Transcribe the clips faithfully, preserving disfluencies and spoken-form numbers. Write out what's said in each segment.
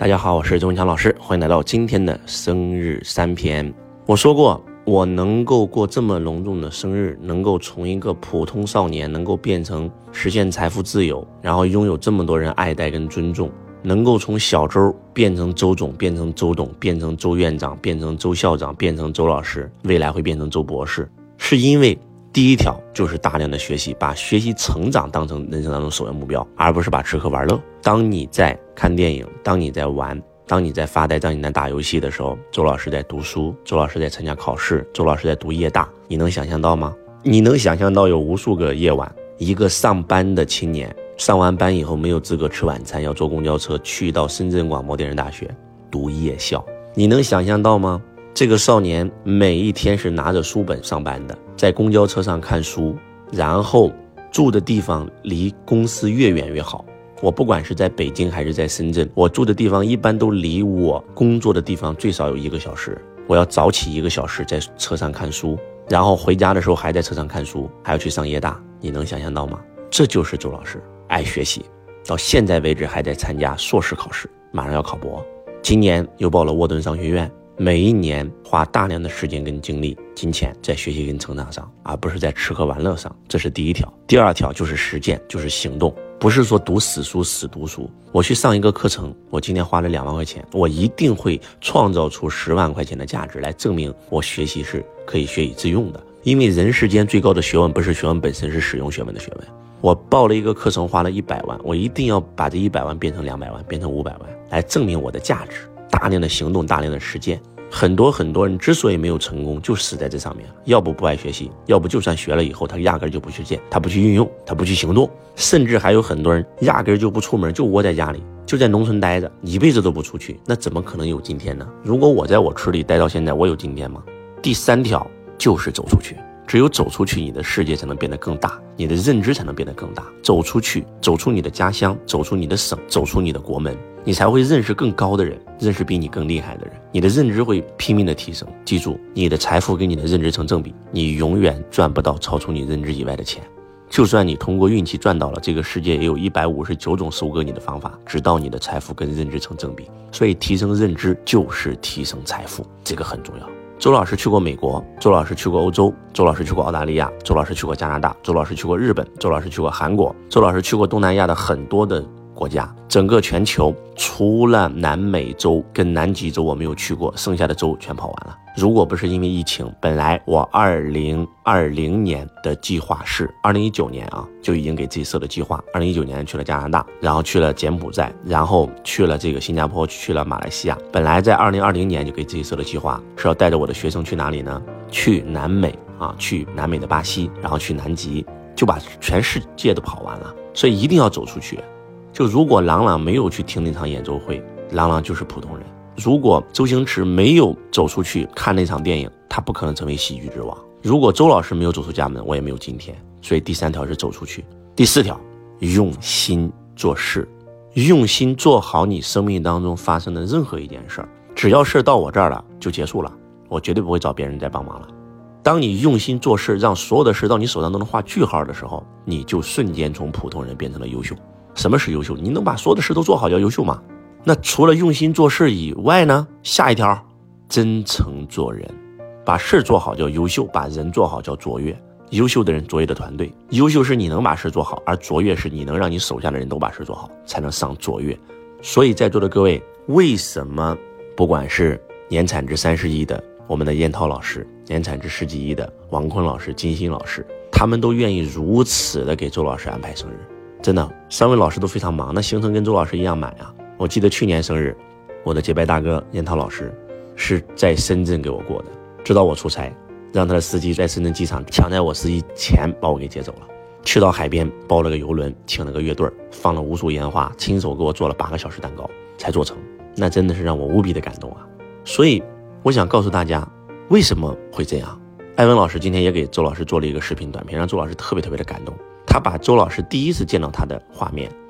大家好，我是周文强老师，欢迎来到今天的生日三篇。我说过，我能够过这么隆重的生日，能够从一个普通少年能够变成实现财富自由，然后拥有这么多人爱戴跟尊重，能够从小周变成周总，变成周董，变成周院长，变成周校长，变成周老师，未来会变成周博士，是因为第一条就是大量的学习，把学习成长当成人生当中首要目标，而不是把吃喝玩乐。当你在看电影，当你在玩，当你在发呆，当你在打游戏的时候，周老师在读书，周老师在参加考试，周老师在读夜大，你能想象到吗？你能想象到有无数个夜晚，一个上班的青年上完班以后没有资格吃晚餐，要坐公交车去到深圳广播电视大学读夜校，你能想象到吗？这个少年每一天是拿着书本上班的，在公交车上看书，然后住的地方离公司越远越好。我不管是在北京还是在深圳，我住的地方一般都离我工作的地方最少有一个小时。我要早起一个小时在车上看书，然后回家的时候还在车上看书，还要去上夜大，你能想象到吗？这就是周老师爱学习，到现在为止还在参加硕士考试，马上要考博，今年又报了沃顿商学院。每一年花大量的时间跟精力金钱在学习跟成长上，而不是在吃喝玩乐上，这是第一条。第二条就是实践，就是行动，不是说读死书死读书。我去上一个课程，我今天花了两万块钱，我一定会创造出十万块钱的价值来证明我学习是可以学以致用的。因为人世间最高的学问不是学问本身，是使用学问的学问。我报了一个课程花了一百万，我一定要把这一百万变成两百万，变成五百万，来证明我的价值。大量的行动，大量的实践。很多很多人之所以没有成功，就死在这上面，要不不爱学习，要不就算学了以后他压根就不去见，他不去运用，他不去行动，甚至还有很多人压根就不出门，就窝在家里，就在农村待着，一辈子都不出去，那怎么可能有今天呢？如果我在我村里待到现在，我有今天吗？第三条就是走出去，只有走出去，你的世界才能变得更大，你的认知才能变得更大。走出去，走出你的家乡，走出你的省，走出你的国门，你才会认识更高的人，认识比你更厉害的人，你的认知会拼命的提升。记住，你的财富跟你的认知成正比，你永远赚不到超出你认知以外的钱。就算你通过运气赚到了，这个世界也有一百五十九种收割你的方法，直到你的财富跟认知成正比。所以提升认知就是提升财富，这个很重要。周老师去过美国，周老师去过欧洲，周老师去过澳大利亚，周老师去过加拿大，周老师去过日本，周老师去过韩国，周老师去过东南亚的很多的国家，整个全球除了南美洲跟南极洲我没有去过，剩下的州全跑完了。如果不是因为疫情，本来我二零二零年的计划是二零一九年啊就已经给自己设的计划，二零一九年去了加拿大，然后去了柬埔寨，然后去了这个新加坡，去了马来西亚。本来在二零二零年就给自己设的计划是要带着我的学生去哪里呢？去南美啊，去南美的巴西，然后去南极，就把全世界都跑完了。所以一定要走出去。就如果郎朗没有去听那场演奏会，郎朗就是普通人。如果周星驰没有走出去看那场电影，他不可能成为喜剧之王。如果周老师没有走出家门，我也没有今天。所以第三条是走出去。第四条，用心做事，用心做好你生命当中发生的任何一件事儿。只要事到我这儿了就结束了，我绝对不会找别人再帮忙了。当你用心做事，让所有的事到你手上都能画句号的时候，你就瞬间从普通人变成了优秀。什么是优秀？你能把所有的事都做好叫优秀吗？那除了用心做事以外呢？下一条，真诚做人。把事做好叫优秀，把人做好叫卓越。优秀的人，卓越的团队。优秀是你能把事做好，而卓越是你能让你手下的人都把事做好，才能上卓越。所以在座的各位，为什么不管是年产值三十亿的我们的燕涛老师，年产值十几亿的王坤老师、金鑫老师，他们都愿意如此的给周老师安排生日？真的，三位老师都非常忙，那行程跟周老师一样满啊。我记得去年生日，我的结拜大哥燕涛老师是在深圳给我过的，知道我出差，让他的司机在深圳机场抢在我司机前把我给接走了。去到海边包了个游轮，请了个乐队，放了无数烟花，亲手给我做了八个小时蛋糕才做成，那真的是让我无比的感动啊。所以我想告诉大家为什么会这样。艾文老师今天也给周老师做了一个视频短片，让周老师特别特别的感动。他把周老师第一次见到他的画面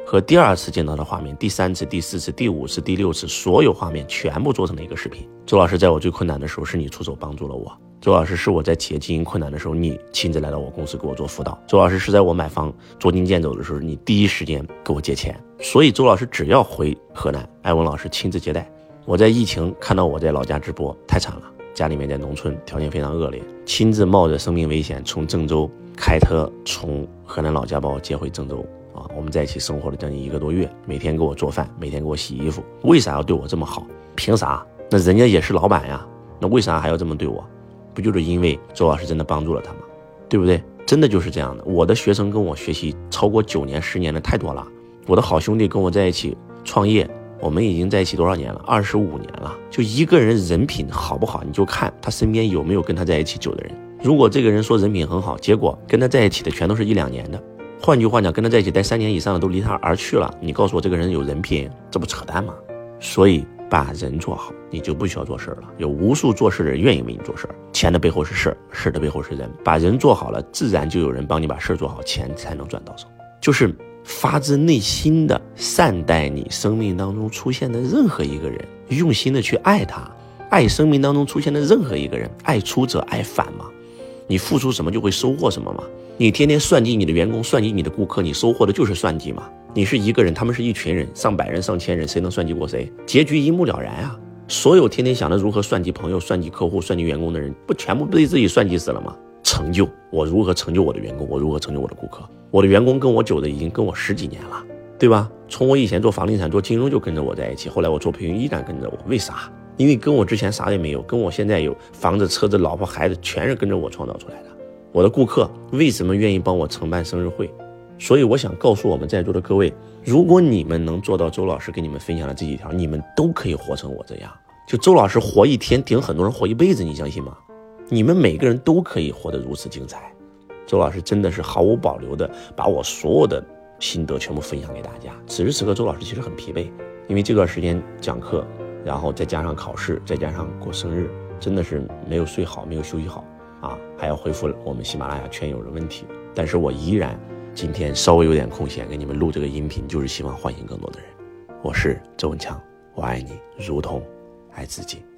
和第二次见到的画面，第三次、第四次、第五次、第六次，所有画面全部做成了一个视频。周老师在我最困难的时候，是你出手帮助了我。周老师是我在企业经营困难的时候，你亲自来到我公司给我做辅导。周老师是在我买房捉襟见肘的时候，你第一时间给我借钱。所以周老师只要回河南，艾文老师亲自接待。我在疫情看到我在老家直播，太惨了，家里面在农村，条件非常恶劣，亲自冒着生命危险从郑州开车从河南老家把我接回郑州啊，我们在一起生活了将近一个多月，每天给我做饭，每天给我洗衣服。为啥要对我这么好？凭啥？那人家也是老板呀，那为啥还要这么对我？不就是因为周老师真的帮助了他吗？对不对？真的就是这样的。我的学生跟我学习超过九年、十年的太多了。我的好兄弟跟我在一起创业，我们已经在一起多少年了？二十五年了。就一个人人品好不好，你就看他身边有没有跟他在一起久的人。如果这个人说人品很好，结果跟他在一起的全都是一两年的，换句话讲，跟他在一起待三年以上的都离他而去了，你告诉我这个人有人品，这不扯淡吗？所以把人做好，你就不需要做事了。有无数做事的人愿意为你做事，钱的背后是事，事的背后是人。把人做好了，自然就有人帮你把事做好，钱才能赚到手。就是发自内心的善待你生命当中出现的任何一个人，用心的去爱他，爱生命当中出现的任何一个人，爱出者爱返嘛。你付出什么就会收获什么嘛。你天天算计你的员工，算计你的顾客，你收获的就是算计嘛。你是一个人，他们是一群人，上百人上千人，谁能算计过谁？结局一目了然啊。所有天天想着如何算计朋友、算计客户、算计员工的人，不全部被自己算计死了吗？成就，我如何成就我的员工，我如何成就我的顾客。我的员工跟我久的已经跟我十几年了，对吧？从我以前做房地产做金融就跟着我在一起，后来我做培训依然跟着我。为啥？因为跟我之前啥也没有，跟我现在有房子车子老婆孩子全是跟着我创造出来的。我的顾客为什么愿意帮我承办生日会？所以我想告诉我们在座的各位，如果你们能做到周老师给你们分享的这几条，你们都可以活成我这样。就周老师活一天顶很多人活一辈子，你相信吗？你们每个人都可以活得如此精彩。周老师真的是毫无保留的把我所有的心得全部分享给大家。此时此刻周老师其实很疲惫，因为这段时间讲课，然后再加上考试，再加上过生日，真的是没有睡好，没有休息好啊，还要恢复我们喜马拉雅圈友的问题。但是我依然今天稍微有点空闲给你们录这个音频，就是希望唤醒更多的人。我是周文强，我爱你如同爱自己。